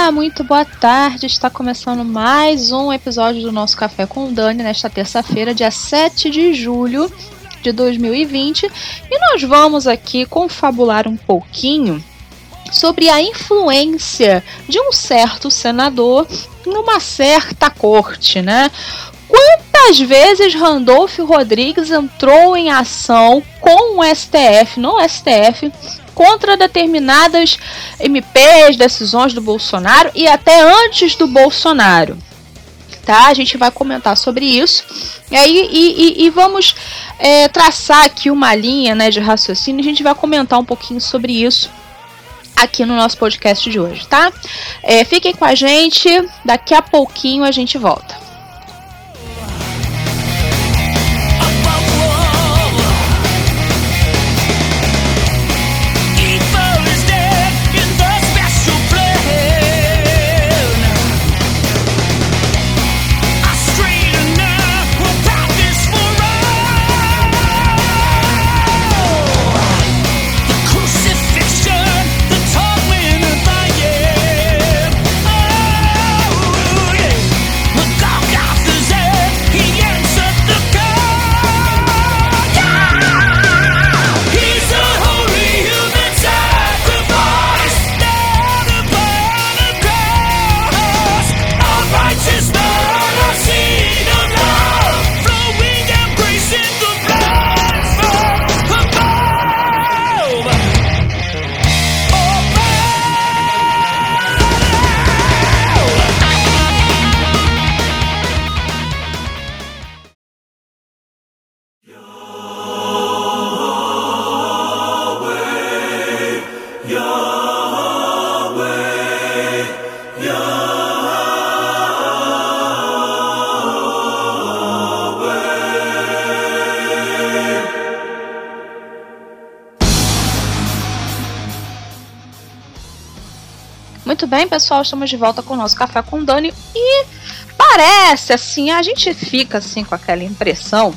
Olá, muito boa tarde. Está começando mais um episódio do nosso Café com Dani nesta terça-feira, dia 7 de julho de 2020. E nós vamos aqui confabular um pouquinho sobre a influência de um certo senador numa certa corte, né? Quantas vezes Randolph Rodrigues entrou em ação com o STF, no STF, contra determinadas MPs, decisões do Bolsonaro e até antes do Bolsonaro, tá? A gente vai comentar sobre isso e vamos traçar aqui uma linha, né, de raciocínio. A gente vai comentar um pouquinho sobre isso aqui no nosso podcast de hoje, tá? Fiquem com a gente, daqui a pouquinho a gente volta. Muito bem, pessoal, estamos de volta com o nosso Café com Dani e parece assim, a gente fica assim com aquela impressão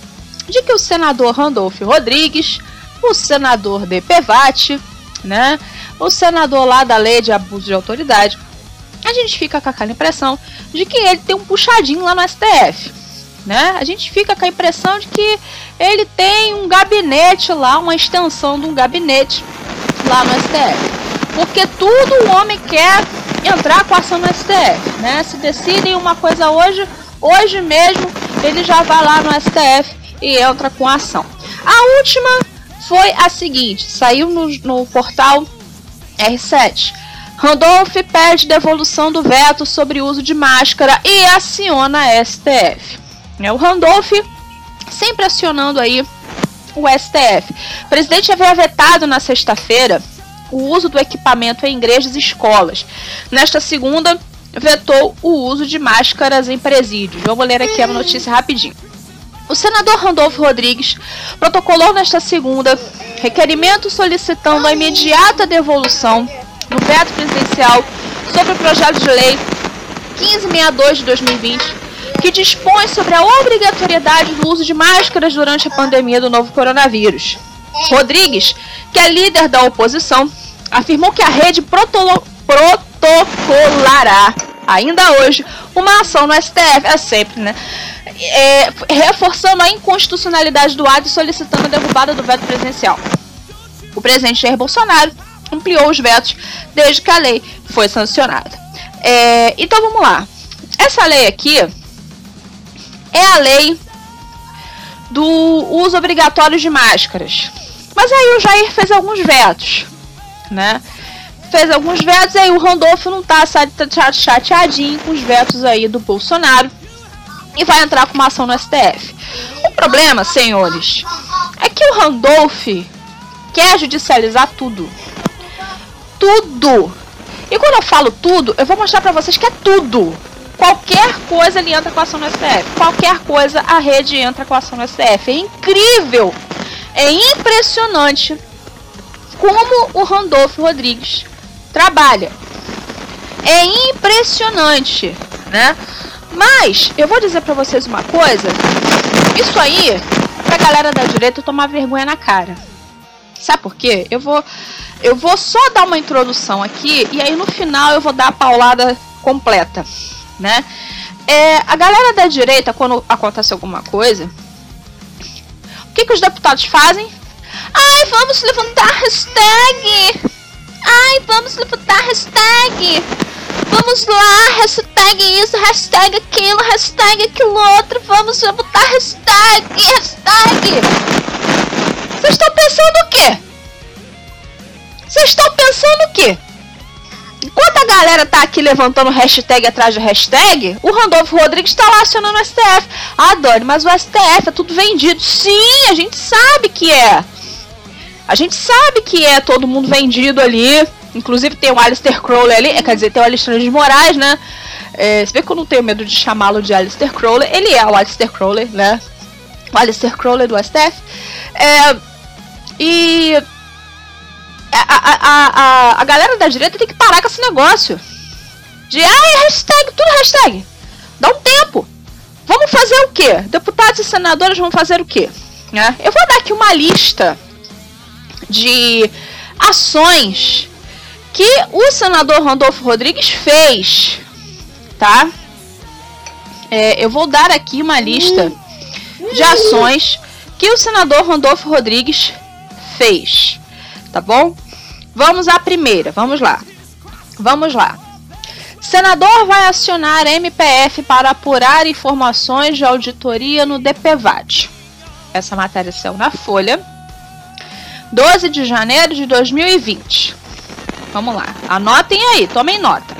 de que o senador Randolph Rodrigues, o senador DPVAT, né, o senador lá da lei de abuso de autoridade, a gente fica com aquela impressão de que ele tem um puxadinho lá no STF, né? A gente fica com a impressão de que ele tem um gabinete lá, uma extensão de um gabinete lá no STF. Porque tudo o homem quer entrar com a ação no STF, né? Se decidem uma coisa hoje mesmo ele já vai lá no STF e entra com a ação. A última foi a seguinte, saiu no portal R7. Randolph pede devolução do veto sobre uso de máscara e aciona a STF. O Randolph sempre acionando aí o STF. O presidente havia vetado na sexta-feira o uso do equipamento em igrejas e escolas. Nesta segunda, vetou o uso de máscaras em presídios. Vamos ler aqui a notícia rapidinho. O senador Randolph Rodrigues protocolou nesta segunda requerimento solicitando a imediata devolução do veto presidencial sobre o projeto de lei 1562 de 2020, que dispõe sobre a obrigatoriedade do uso de máscaras durante a pandemia do novo coronavírus. Rodrigues, que é líder da oposição, afirmou que a rede protocolará ainda hoje uma ação no STF, sempre, né? Reforçando a inconstitucionalidade do ato e solicitando a derrubada do veto presidencial. O presidente Jair Bolsonaro ampliou os vetos desde que a lei foi sancionada. Então vamos lá. Essa lei aqui é a lei do uso obrigatório de máscaras. Mas aí o Jair fez alguns vetos, né? Fez alguns vetos e aí o Randolph não tá chateadinho com os vetos aí do Bolsonaro e vai entrar com uma ação no STF. O problema, senhores, é que o Randolph quer judicializar tudo. Tudo! E quando eu falo tudo, eu vou mostrar pra vocês que é tudo. Qualquer coisa ele entra com a ação no STF. Qualquer coisa a rede entra com a ação no STF. É incrível! É impressionante como o Randolph Rodrigues trabalha. É impressionante, né? Mas eu vou dizer pra vocês uma coisa. Isso aí, pra galera da direita tomar vergonha na cara. Sabe por quê? Eu vou Eu vou só dar uma introdução aqui e aí no final eu vou dar a paulada completa, né? A galera da direita, quando acontece alguma coisa, o que os deputados fazem? Ai, vamos levantar hashtag! Ai, vamos levantar hashtag! Vamos lá, hashtag isso, hashtag aquilo outro, vamos levantar hashtag! Vocês estão pensando o quê? Enquanto a galera tá aqui levantando hashtag atrás de hashtag, o Randolfo Rodrigues tá lá acionando o STF. Ah, Dani, mas o STF é tudo vendido. Sim, a gente sabe que é. A gente sabe que é todo mundo vendido ali. Inclusive tem o Aleister Crowley ali, quer dizer, tem o Alexandre de Moraes, né? Você vê que eu não tenho medo de chamá-lo de Aleister Crowley. Ele é o Aleister Crowley, né? O Aleister Crowley do STF. A galera da direita tem que parar com esse negócio de hashtag, tudo hashtag. Dá um tempo. Vamos fazer o quê? Deputados e senadores vão fazer o quê? Eu vou dar aqui uma lista de ações que o senador Randolfo Rodrigues fez, tá? Eu vou dar aqui uma lista de ações que o senador Randolfo Rodrigues fez, tá bom? Vamos à primeira, vamos lá. Senador vai acionar MPF para apurar informações de auditoria no DPVAT. Essa matéria saiu na Folha, 12 de janeiro de 2020. Vamos lá, anotem aí, tomem nota.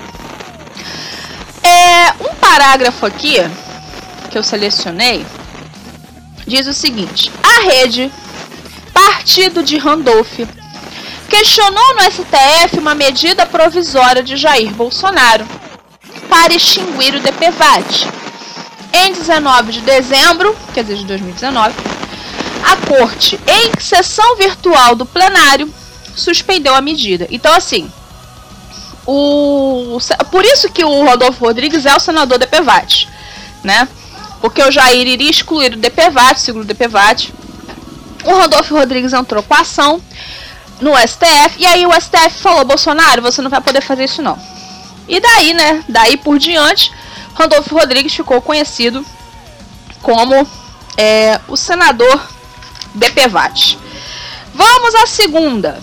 Um parágrafo aqui, que eu selecionei, diz o seguinte: a rede Partido de Randolph questionou no STF uma medida provisória de Jair Bolsonaro para extinguir o DPVAT. Em 19 de dezembro, quer dizer, de 2019, a Corte, em sessão virtual do plenário, suspendeu a medida. Então, assim, por isso que o Randolfo Rodrigues é o senador DPVAT, né? Porque o Jair iria excluir o DPVAT, segundo o DPVAT. O Randolfo Rodrigues entrou com a ação no STF, e aí o STF falou: Bolsonaro, você não vai poder fazer isso não. E daí, né, daí por diante, Randolfo Rodrigues ficou conhecido como o senador DPVAT. Vamos à segunda.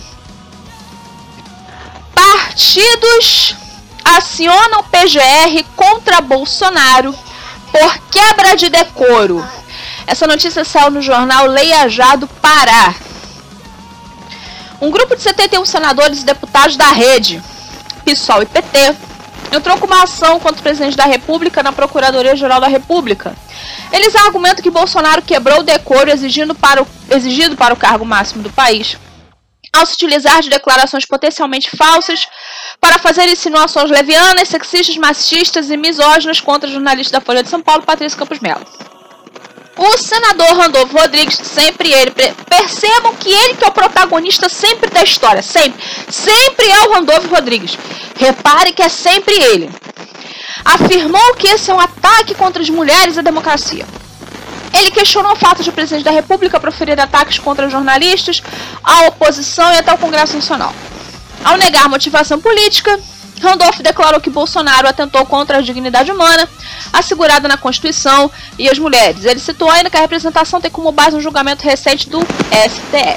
Partidos acionam PGR contra Bolsonaro por quebra de decoro. Essa notícia saiu no jornal Leia Já do Pará. Um grupo de 71 senadores e deputados da rede, PSOL e PT, entrou com uma ação contra o presidente da República na Procuradoria-Geral da República. Eles argumentam que Bolsonaro quebrou o decoro exigido para o cargo máximo do país, ao se utilizar de declarações potencialmente falsas para fazer insinuações levianas, sexistas, machistas e misóginas contra a jornalista da Folha de São Paulo, Patrícia Campos Melo. O senador Randolfo Rodrigues, sempre ele, percebam que ele que é o protagonista sempre da história, sempre é o Randolfo Rodrigues. Repare que é sempre ele. Afirmou que esse é um ataque contra as mulheres e a democracia. Ele questionou o fato de o presidente da República proferir ataques contra jornalistas, a oposição e até o Congresso Nacional. Ao negar motivação política, Randolfo declarou que Bolsonaro atentou contra a dignidade humana assegurada na Constituição e as mulheres. Ele citou ainda que a representação tem como base um julgamento recente do STF.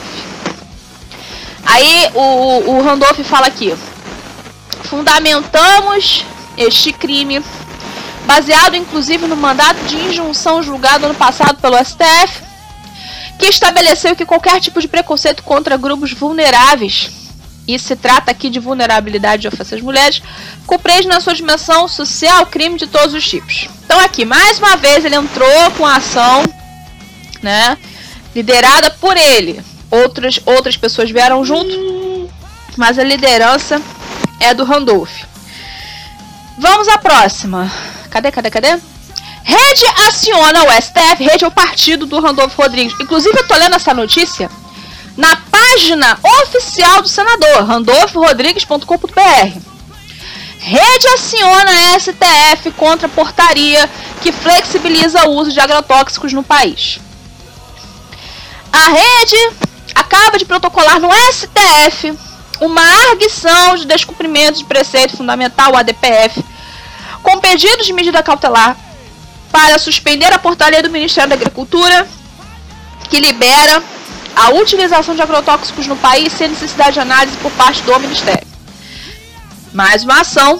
Aí o Randolfo fala aqui: fundamentamos este crime, baseado inclusive no mandato de injunção julgado ano passado pelo STF, que estabeleceu que qualquer tipo de preconceito contra grupos vulneráveis, e se trata aqui de vulnerabilidade de ofensas às mulheres, compreende na sua dimensão social crime de todos os tipos. Então aqui, mais uma vez, ele entrou com a ação, né, liderada por ele. Outras pessoas vieram junto, mas a liderança é do Randolph. Vamos à próxima. Cadê? Rede aciona o STF. Rede é o partido do Randolfo Rodrigues. Inclusive, eu tô lendo essa notícia na página oficial do senador, randolforodrigues.com.br. Rede aciona STF contra portaria que flexibiliza o uso de agrotóxicos no país. A rede acaba de protocolar no STF uma arguição de descumprimento de preceito fundamental, o ADPF, com pedido de medida cautelar para suspender a portaria do Ministério da Agricultura, que libera a utilização de agrotóxicos no país sem necessidade de análise por parte do Ministério. Mais uma ação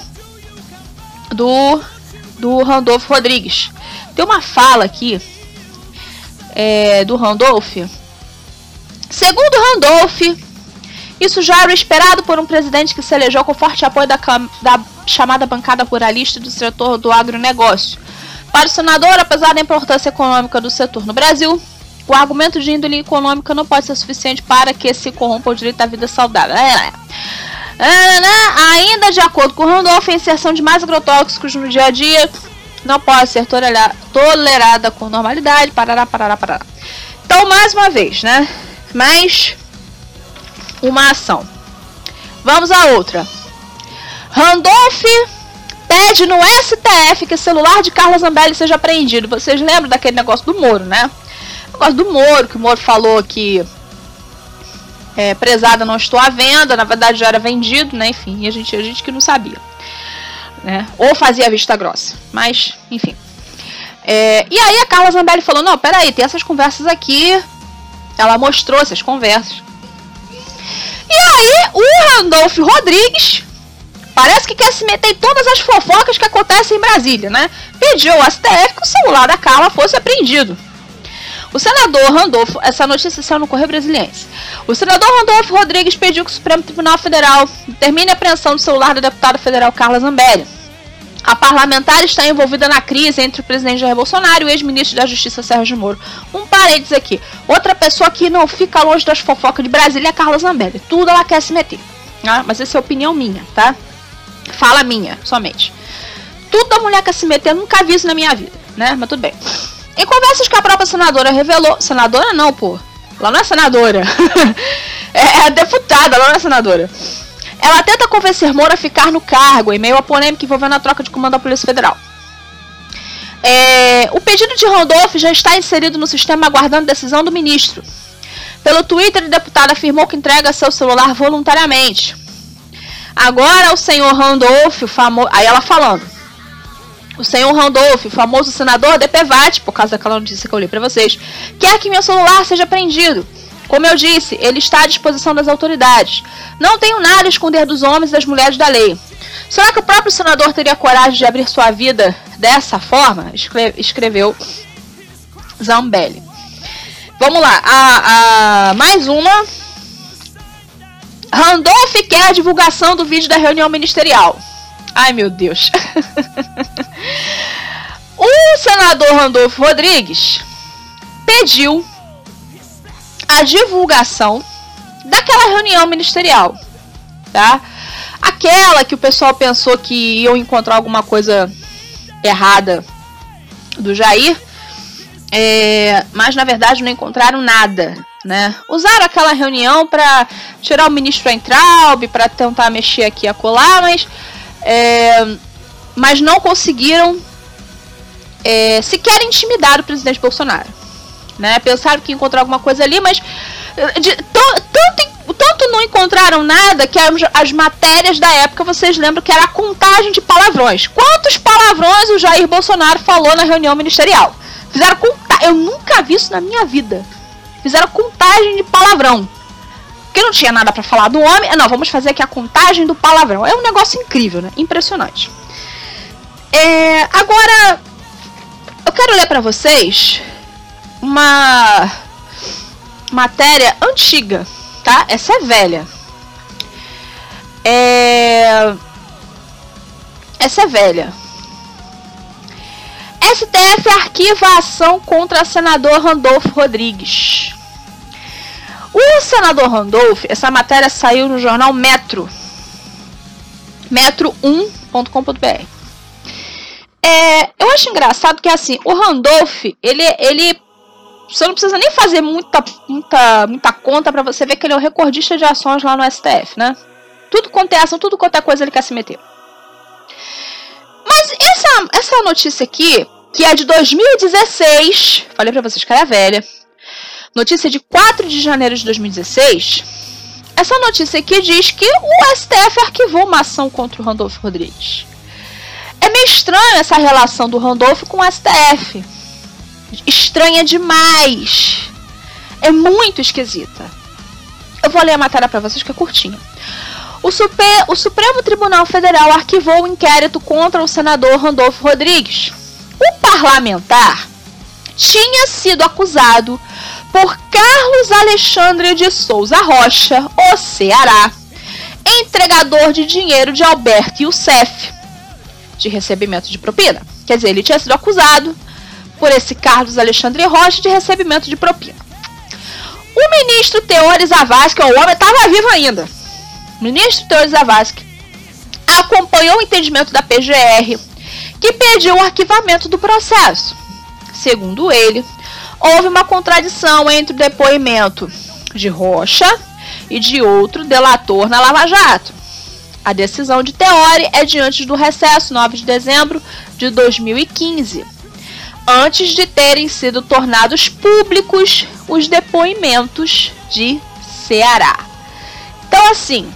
do Randolfo Rodrigues. Tem uma fala aqui do Randolfo. Segundo Randolfo, isso já era esperado por um presidente que se elegeu com forte apoio da chamada bancada ruralista do setor do agronegócio. Para o senador, apesar da importância econômica do setor no Brasil, o argumento de índole econômica não pode ser suficiente para que se corrompa o direito à vida saudável. Ainda de acordo com o Randolfo, a inserção de mais agrotóxicos no dia a dia não pode ser tolerada com normalidade. Parará. Então, mais uma vez, né? Mais uma ação. Vamos a outra. Randolfo pede no STF que o celular de Carla Zambelli seja apreendido. Vocês lembram daquele negócio do Moro, né? O negócio do Moro, que o Moro falou que prezada, não estou à venda, na verdade já era vendido, né? Enfim, e a gente que não sabia, né? Ou fazia vista grossa, mas, enfim. E aí a Carla Zambelli falou, não, peraí, tem essas conversas aqui. Ela mostrou essas conversas. E aí o Randolfo Rodrigues parece que quer se meter em todas as fofocas que acontecem em Brasília, né? Pediu ao STF que o celular da Carla fosse apreendido. O senador Randolfo, essa notícia saiu no Correio Brasiliense. O senador Randolfo Rodrigues pediu que o Supremo Tribunal Federal determine a apreensão do celular da deputada federal Carla Zambelli. A parlamentar está envolvida na crise entre o presidente Jair Bolsonaro e o ex-ministro da Justiça Sérgio Moro. Um parênteses aqui. Outra pessoa que não fica longe das fofocas de Brasília é a Carla Zambelli. Tudo ela quer se meter. Ah, mas essa é opinião minha, tá? Fala minha, somente. Tudo a mulher quer se meter, eu nunca vi isso na minha vida, né? Mas tudo bem. Em conversas que a própria senadora revelou... Senadora não, pô. Ela não é senadora. é a deputada, ela não é senadora. Ela tenta convencer Moro a ficar no cargo em meio à polêmica envolvendo a troca de comando da Polícia Federal. O pedido de Randolfo já está inserido no sistema aguardando decisão do ministro. Pelo Twitter, a deputada afirmou que entrega seu celular voluntariamente. Agora o senhor Randolfo, famoso... Aí ela falando. O senhor Randolfo, famoso senador DPVAT, por causa daquela notícia que eu li pra vocês, quer que meu celular seja apreendido. Como eu disse, ele está à disposição das autoridades. Não tenho nada a esconder dos homens e das mulheres da lei. Será que o próprio senador teria coragem de abrir sua vida dessa forma? Escreveu Zambelli. Vamos lá. Mais uma. Randolfo quer a divulgação do vídeo da reunião ministerial. Ai, meu Deus. O senador Randolfo Rodrigues pediu a divulgação daquela reunião ministerial, tá? Aquela que o pessoal pensou que iam encontrar alguma coisa errada do Jair, mas na verdade não encontraram nada, né? Usaram aquela reunião para tirar o ministro Weintraub, para tentar mexer aqui e acolá, mas não conseguiram sequer intimidar o presidente Bolsonaro, né? Pensaram que encontraram alguma coisa ali, mas tanto não encontraram nada que as matérias da época, vocês lembram que era a contagem de palavrões. Quantos palavrões o Jair Bolsonaro falou na reunião ministerial? Fizeram contagem. Eu nunca vi isso na minha vida. Fizeram contagem de palavrão. Porque não tinha nada pra falar do homem. Não, vamos fazer aqui a contagem do palavrão. É um negócio incrível, né? Impressionante. Agora, eu quero ler pra vocês uma matéria antiga, tá? Essa é velha. Essa é velha. STF arquiva a ação contra senador Randolfo Rodrigues. O senador Randolfo, essa matéria saiu no jornal Metro. Metro1.com.br. Eu acho engraçado que assim, o Randolfo, ele você não precisa nem fazer muita conta pra você ver que ele é o recordista de ações lá no STF, né? Tudo quanto é ação, tudo quanto é coisa ele quer se meter. Mas essa notícia aqui, que é de 2016, falei pra vocês que ela é velha, notícia de 4 de janeiro de 2016, essa notícia aqui diz que o STF arquivou uma ação contra o Randolfo Rodrigues. É meio estranha essa relação do Randolfo com o STF. Estranha demais. É muito esquisita. Eu vou ler a matéria para vocês que é curtinha. O Supremo Tribunal Federal arquivou o inquérito contra o senador Randolfo Rodrigues. O parlamentar tinha sido acusado por Carlos Alexandre de Souza Rocha, o Ceará, entregador de dinheiro de Alberto Youssef, de recebimento de propina. Quer dizer, ele tinha sido acusado por esse Carlos Alexandre Rocha de recebimento de propina. O ministro Teori Zavascki, o homem estava vivo ainda. O ministro Teori Zavascki acompanhou o entendimento da PGR, que pediu o arquivamento do processo. Segundo ele, houve uma contradição entre o depoimento de Rocha e de outro delator na Lava Jato. A decisão de Teori é de antes do recesso, 9 de dezembro de 2015, antes de terem sido tornados públicos os depoimentos de Ceará. Então, assim,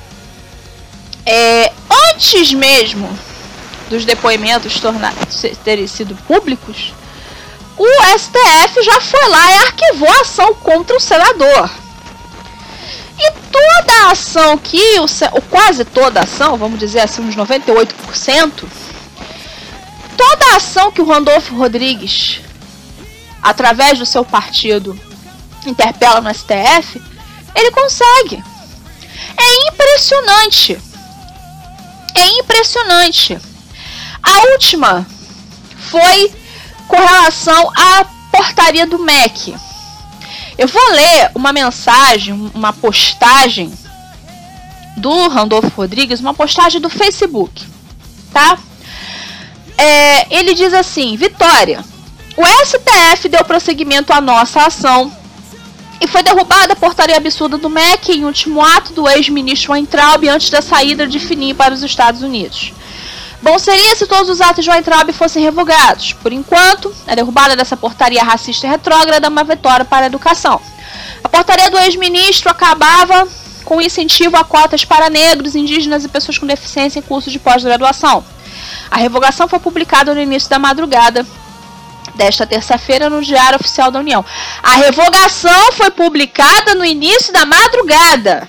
antes mesmo dos depoimentos terem sido públicos, o STF já foi lá e arquivou a ação contra o senador. E toda a ação que, quase toda a ação, vamos dizer assim, uns 98%, toda a ação que o Randolfo Rodrigues, através do seu partido, interpela no STF, ele consegue. É impressionante. É impressionante. A última foi com relação à portaria do MEC. Eu vou ler uma mensagem, uma postagem do Randolfo Rodrigues, uma postagem do Facebook, tá? Ele diz assim: Vitória, o STF deu prosseguimento à nossa ação e foi derrubada a portaria absurda do MEC em último ato do ex-ministro Weintraub antes da saída de Fininho para os Estados Unidos. Bom seria se todos os atos de Weintraub fossem revogados. Por enquanto, a derrubada dessa portaria racista e retrógrada é uma vitória para a educação. A portaria do ex-ministro acabava com o incentivo a cotas para negros, indígenas e pessoas com deficiência em cursos de pós-graduação. A revogação foi publicada no início da madrugada desta terça-feira no Diário Oficial da União. A revogação foi publicada no início da madrugada.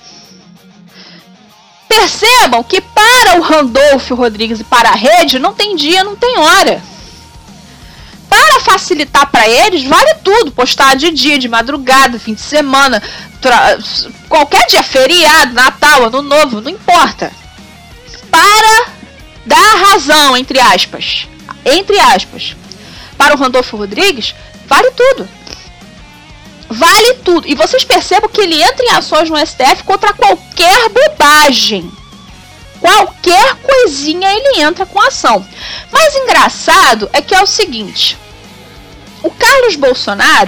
Percebam que para o Randolfo Rodrigues e para a rede não tem dia, não tem hora. Para facilitar para eles, vale tudo. Postar de dia, de madrugada, fim de semana, qualquer dia, feriado, Natal, Ano Novo, não importa. Para dar razão, entre aspas, para o Randolfo Rodrigues, vale tudo. Vale tudo. E vocês percebam que ele entra em ações no STF contra qualquer bobagem. Qualquer coisinha ele entra com ação. Mas engraçado é que é o seguinte. O Carlos Bolsonaro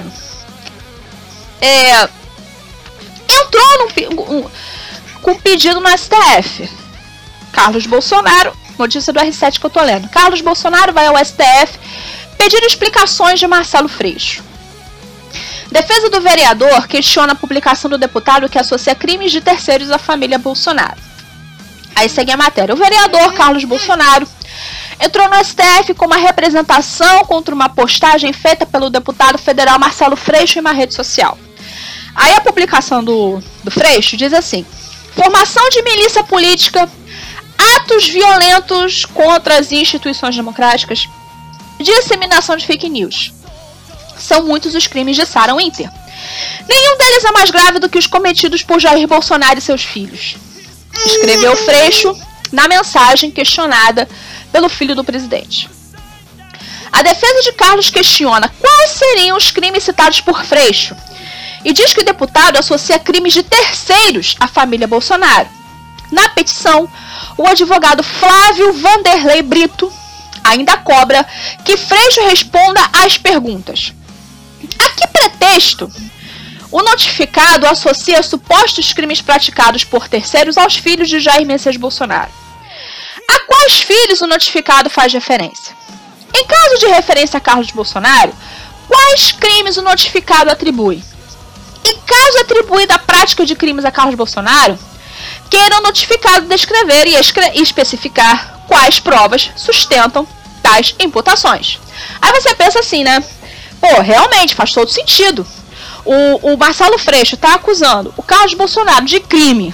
entrou com um pedido no STF. Carlos Bolsonaro, notícia do R7 que eu tô lendo. Carlos Bolsonaro vai ao STF pedir explicações de Marcelo Freixo. Defesa do vereador questiona a publicação do deputado que associa crimes de terceiros à família Bolsonaro. Aí segue a matéria. O vereador Carlos Bolsonaro entrou no STF com uma representação contra uma postagem feita pelo deputado federal Marcelo Freixo em uma rede social. Aí a publicação do Freixo diz assim: formação de milícia política, atos violentos contra as instituições democráticas, disseminação de fake news. São muitos os crimes de Sarah Winter. Nenhum deles é mais grave do que os cometidos por Jair Bolsonaro e seus filhos. Escreveu Freixo na mensagem questionada pelo filho do presidente. A defesa de Carlos questiona quais seriam os crimes citados por Freixo e diz que o deputado associa crimes de terceiros à família Bolsonaro. Na petição, o advogado Flávio Vanderlei Brito ainda cobra que Freixo responda às perguntas: a que pretexto o notificado associa supostos crimes praticados por terceiros aos filhos de Jair Messias Bolsonaro? A quais filhos o notificado faz referência? Em caso de referência a Carlos Bolsonaro, quais crimes o notificado atribui? E caso atribuída a prática de crimes a Carlos Bolsonaro, queiram notificado descrever e especificar quais provas sustentam tais imputações. Aí você pensa assim, né? Pô, realmente faz todo sentido. O Marcelo Freixo tá acusando o Carlos Bolsonaro de crime.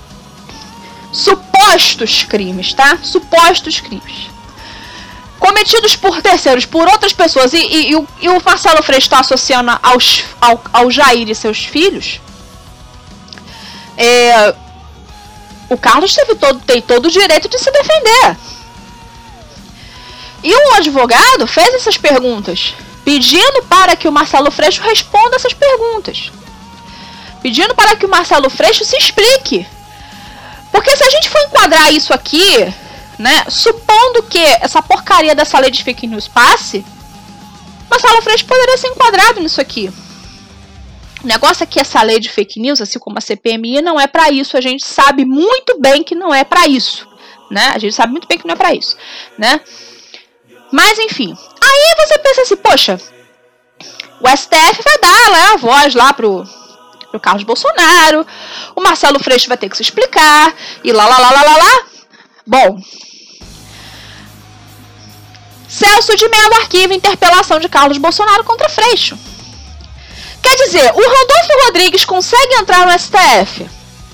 Supostos crimes, tá? Supostos crimes. Cometidos por terceiros, por outras pessoas, e o Marcelo Freixo está associando ao Jair e seus filhos. O Carlos tem todo o direito de se defender. E um advogado fez essas perguntas, pedindo para que o Marcelo Freixo responda essas perguntas. Pedindo para que o Marcelo Freixo se explique. Porque se a gente for enquadrar isso aqui, né, supondo que essa porcaria dessa lei de fake news passe, Marcelo Freixo poderia ser enquadrado nisso aqui. O negócio é que essa lei de fake news, assim como a CPMI, não é para isso. A gente sabe muito bem que não é para isso, né? A gente sabe muito bem que não é para isso, né? Mas enfim, aí você pensa assim, poxa, o STF vai dar lá a voz lá pro Carlos Bolsonaro, o Marcelo Freixo vai ter que se explicar, e lá. Bom, Celso de Mello arquiva interpelação de Carlos Bolsonaro contra Freixo. Quer dizer, o Randolfo Rodrigues consegue entrar no STF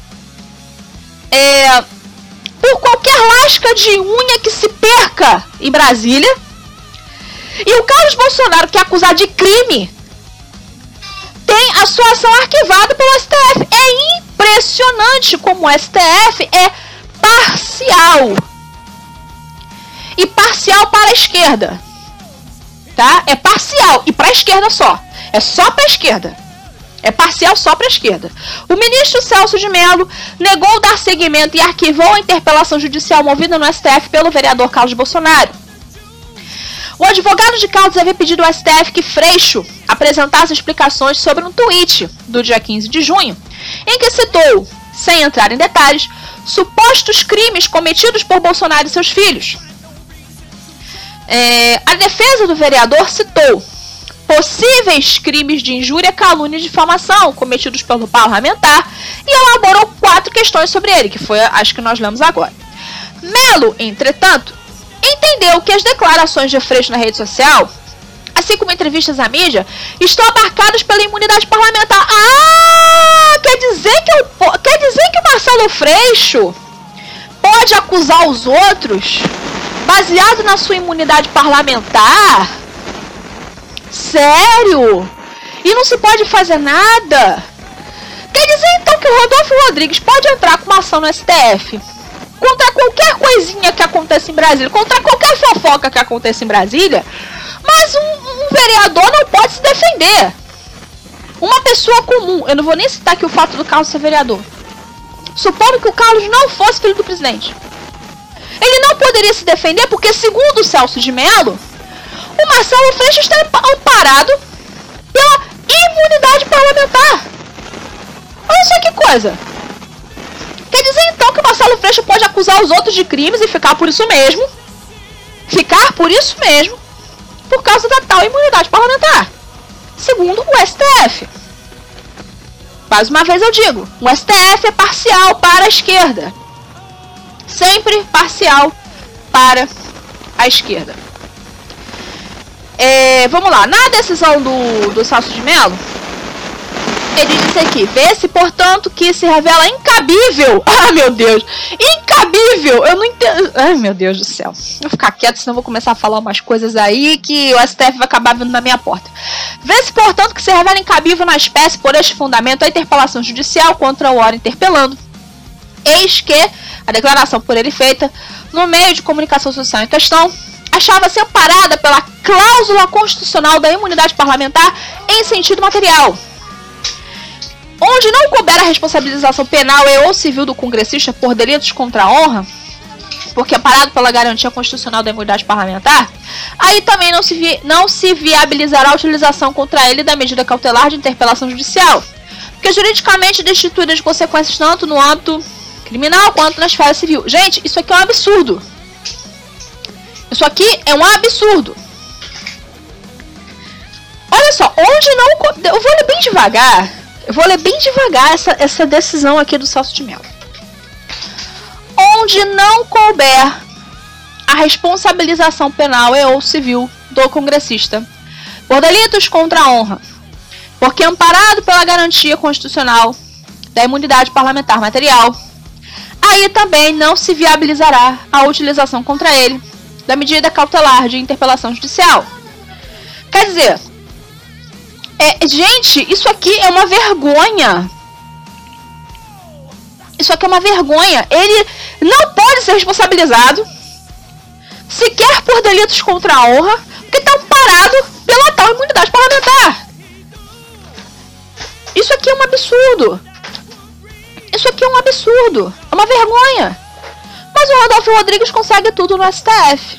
por qualquer lasca de unha que se perca em Brasília, e o Carlos Bolsonaro, que é acusado de crime, tem a sua ação arquivada pelo STF. É impressionante como o STF é parcial. E parcial para a esquerda. Tá? É parcial e para a esquerda só. É só para a esquerda. É parcial só para a esquerda. O ministro Celso de Mello negou dar seguimento e arquivou a interpelação judicial movida no STF pelo vereador Carlos Bolsonaro. O advogado de Carlos havia pedido ao STF que Freixo apresentasse explicações sobre um tweet do dia 15 de junho, em que citou, sem entrar em detalhes, supostos crimes cometidos por Bolsonaro e seus filhos. A defesa do vereador citou possíveis crimes de injúria, calúnia e difamação cometidos pelo parlamentar e elaborou 4 questões sobre ele, que foi as que nós lemos agora. Mello, entretanto, entendeu que as declarações de Freixo na rede social, assim como entrevistas à mídia, estão abarcadas pela imunidade parlamentar. Quer dizer que o Marcelo Freixo pode acusar os outros baseado na sua imunidade parlamentar? Sério? E não se pode fazer nada? Quer dizer então que o Randolfo Rodrigues pode entrar com uma ação no STF contra qualquer coisinha que aconteça em Brasília, contra qualquer fofoca que aconteça em Brasília, mas um vereador não pode se defender. Uma pessoa comum, eu não vou nem citar aqui o fato do Carlos ser vereador, supondo que o Carlos não fosse filho do presidente, ele não poderia se defender porque, segundo o Celso de Mello, o Marcelo Freixo está amparado pela imunidade parlamentar. Olha só que coisa. Quer dizer então que o Marcelo Freixo pode acusar os outros de crimes e ficar por isso mesmo, por causa da tal imunidade parlamentar, segundo o STF. Mais uma vez eu digo, o STF é parcial para a esquerda, sempre parcial para a esquerda. Vamos lá, na decisão do Celso de Mello, ele disse aqui, vê-se, portanto, que se revela incabível. Meu Deus, incabível, eu não entendo. Meu Deus do céu, vou ficar quieto, senão vou começar a falar umas coisas aí que o STF vai acabar vindo na minha porta. Vê-se, portanto, que se revela incabível na espécie, por este fundamento, a interpelação judicial contra o órgão interpelando. Eis que a declaração por ele feita no meio de comunicação social em questão achava-se amparada pela cláusula constitucional da imunidade parlamentar em sentido material, onde não couber a responsabilização penal e ou civil do congressista por delitos contra a honra, porque amparado pela garantia constitucional da imunidade parlamentar, aí também não se viabilizará a utilização contra ele da medida cautelar de interpelação judicial, porque juridicamente destituída de consequências tanto no âmbito criminal quanto na esfera civil. Gente, isso aqui é um absurdo. Isso aqui é um absurdo. Olha só, onde não... Eu vou ler bem devagar. Essa decisão aqui do Celso de Mello. onde não couber a responsabilização penal e ou civil do congressista por delitos contra a honra, porque amparado pela garantia constitucional da imunidade parlamentar material, aí também não se viabilizará a utilização contra ele da medida cautelar de interpelação judicial. Quer dizer, gente, isso aqui é uma vergonha. Isso aqui é uma vergonha. Ele não pode ser responsabilizado sequer por delitos contra a honra, porque está amparado pela tal imunidade parlamentar. Isso aqui é um absurdo. Isso aqui é um absurdo. É uma vergonha. Mas o Randolfo Rodrigues consegue tudo no STF.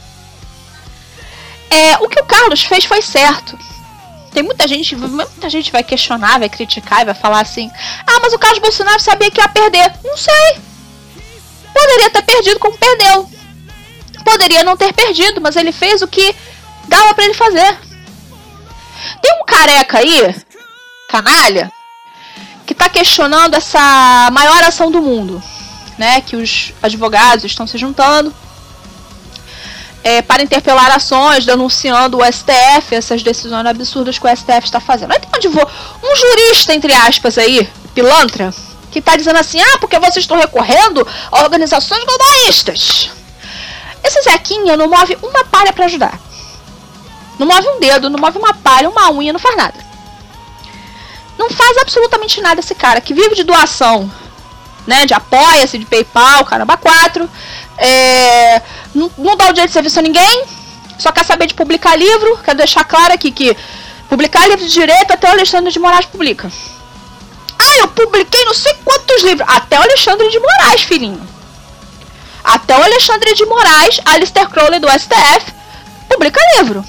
O que o Carlos fez foi certo. Tem muita gente vai questionar, vai criticar e vai falar assim: ah, mas o Carlos Bolsonaro sabia que ia perder. Não sei. Poderia ter perdido como perdeu. Poderia não ter perdido, mas ele fez o que dava pra ele fazer. Tem um careca aí, canalha, que tá questionando essa maior ação do mundo, né? Que os advogados estão se juntando para interpelar ações, denunciando o STF, essas decisões absurdas que o STF está fazendo. Aí tem um jurista, entre aspas, aí, pilantra, que tá dizendo assim: ah, porque vocês estão recorrendo a organizações globalistas. Esse Zequinha não move uma palha para ajudar. Não move um dedo, não move uma palha, uma unha, não faz nada. Não faz absolutamente nada esse cara, que vive de doação, né, de apoia-se, de PayPal, caramba, 4. Não dá o direito de serviço a ninguém, só quer saber de publicar livro. Quero deixar claro aqui que publicar livro de direito até o Alexandre de Moraes publica. Ah, eu publiquei não sei quantos livros. Até o Alexandre de Moraes, filhinho. Até o Alexandre de Moraes, Aleister Crowley do STF, publica livro.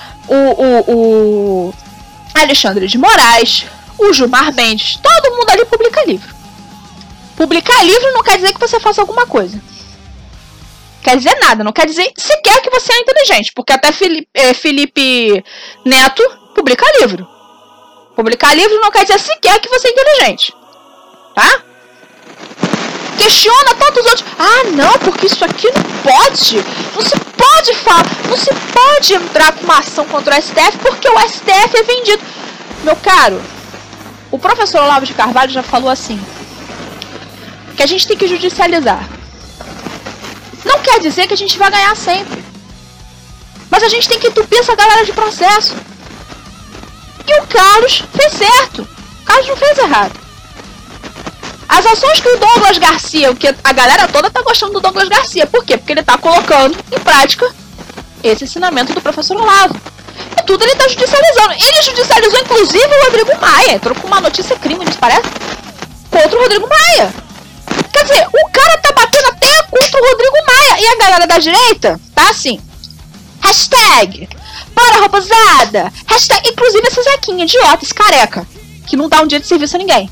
O Alexandre de Moraes, o Gilmar Mendes, todo mundo ali publica livro. Publicar livro não quer dizer que você faça alguma coisa. Quer dizer nada, não quer dizer sequer que você é inteligente, porque até Felipe Neto publica livro. Publicar livro não quer dizer sequer que você é inteligente, tá? Questiona tantos outros. Ah, não, porque isso aqui não pode. Não se pode falar, não se pode entrar com uma ação contra o STF porque o STF é vendido. Meu caro, o professor Olavo de Carvalho já falou assim, que a gente tem que judicializar. Não quer dizer que a gente vai ganhar sempre, mas a gente tem que entupir essa galera de processo. E o Carlos fez certo. O Carlos não fez errado. As ações que o Douglas Garcia, que a galera toda tá gostando do Douglas Garcia. Por quê? Porque ele tá colocando em prática esse ensinamento do professor Olavo. E tudo ele tá judicializando. Ele judicializou inclusive o Rodrigo Maia. Entrou com uma notícia crime, não parece? Contra o Rodrigo Maia. Quer dizer, o cara tá batendo até contra o Rodrigo Maia. E a galera da direita tá assim: hashtag para rapaziada, hashtag, inclusive esse Zequinha idiota, esse careca, que não dá um dia de serviço a ninguém.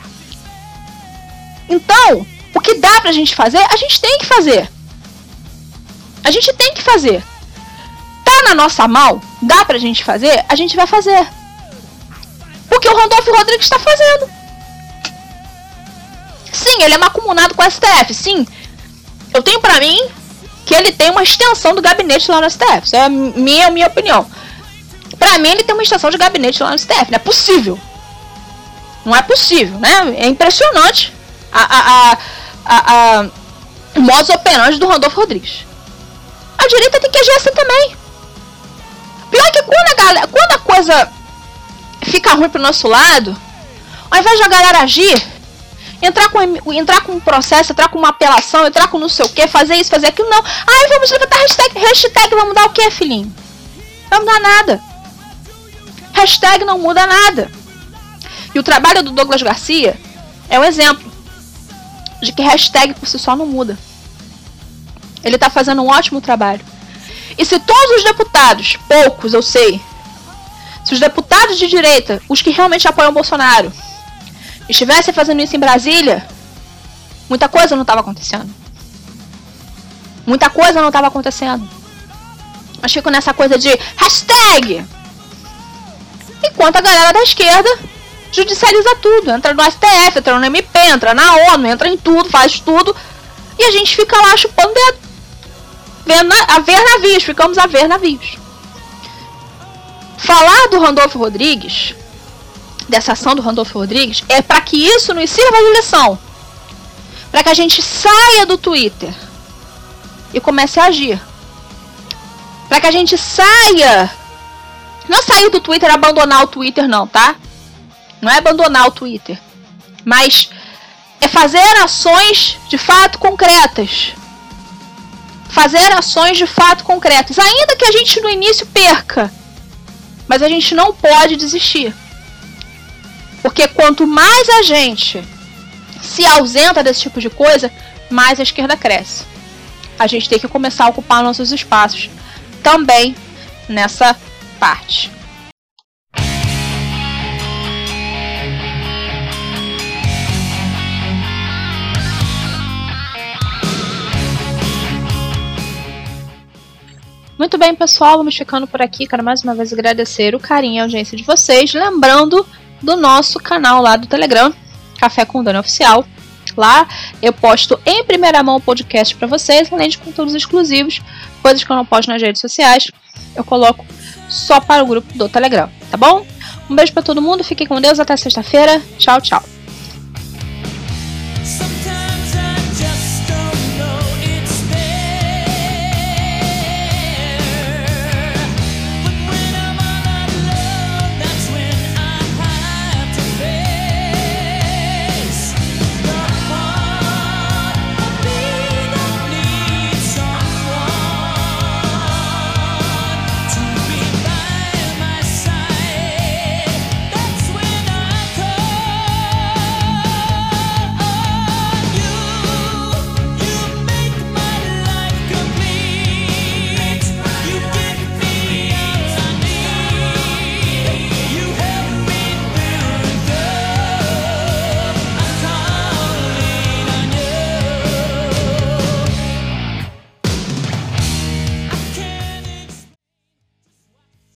Então, o que dá pra gente fazer, a gente tem que fazer. A gente tem que fazer. Tá na nossa mão, dá pra gente fazer, a gente vai fazer. Porque o Randolfo Rodrigues está fazendo. Sim, ele é macumunado com o STF, sim. Eu tenho pra mim que ele tem uma extensão do gabinete lá no STF. Isso é a minha opinião. Pra mim, ele tem uma extensão de gabinete lá no STF. Não é possível. Não é possível, né? É impressionante o modus operandi do Randolfo Rodrigues. A direita tem que agir assim também. Pior que quando a coisa fica ruim pro nosso lado, ao invés de a galera agir, entrar com um processo, entrar com uma apelação, entrar com não sei o que, fazer isso, fazer aquilo, não. Ai, vamos levantar hashtag, vamos mudar o que, filhinho? Não muda nada. Hashtag não muda nada. E o trabalho do Douglas Garcia é um exemplo de que hashtag por si só não muda. Ele tá fazendo um ótimo trabalho. E se todos os deputados, poucos eu sei, se os deputados de direita, os que realmente apoiam o Bolsonaro, estivessem fazendo isso em Brasília, muita coisa não estava acontecendo. Muita coisa não estava acontecendo. Mas fico nessa coisa de hashtag, enquanto a galera da esquerda judicializa tudo. Entra no STF, entra no MP, entra na ONU, entra em tudo, faz tudo. E a gente fica lá chupando dedo. A ver navios, ficamos a ver navios. Falar do Randolfo Rodrigues, dessa ação do Randolfo Rodrigues, é para que isso nos sirva de lição. Para que a gente saia do Twitter e comece a agir. Para que a gente saia... Não sair do Twitter e abandonar o Twitter não, tá? Não é abandonar o Twitter. Mas é fazer ações de fato concretas. Fazer ações de fato concretas. Ainda que a gente no início perca. Mas a gente não pode desistir. Porque quanto mais a gente se ausenta desse tipo de coisa, mais a esquerda cresce. A gente tem que começar a ocupar nossos espaços também nessa parte. Muito bem, pessoal, vamos ficando por aqui. Quero mais uma vez agradecer o carinho e a audiência de vocês. Lembrando do nosso canal lá do Telegram, Café com Dani Oficial. Lá eu posto em primeira mão o podcast para vocês, além de conteúdos exclusivos, coisas que eu não posto nas redes sociais, eu coloco só para o grupo do Telegram, tá bom? Um beijo para todo mundo, fiquem com Deus, até sexta-feira. Tchau, tchau.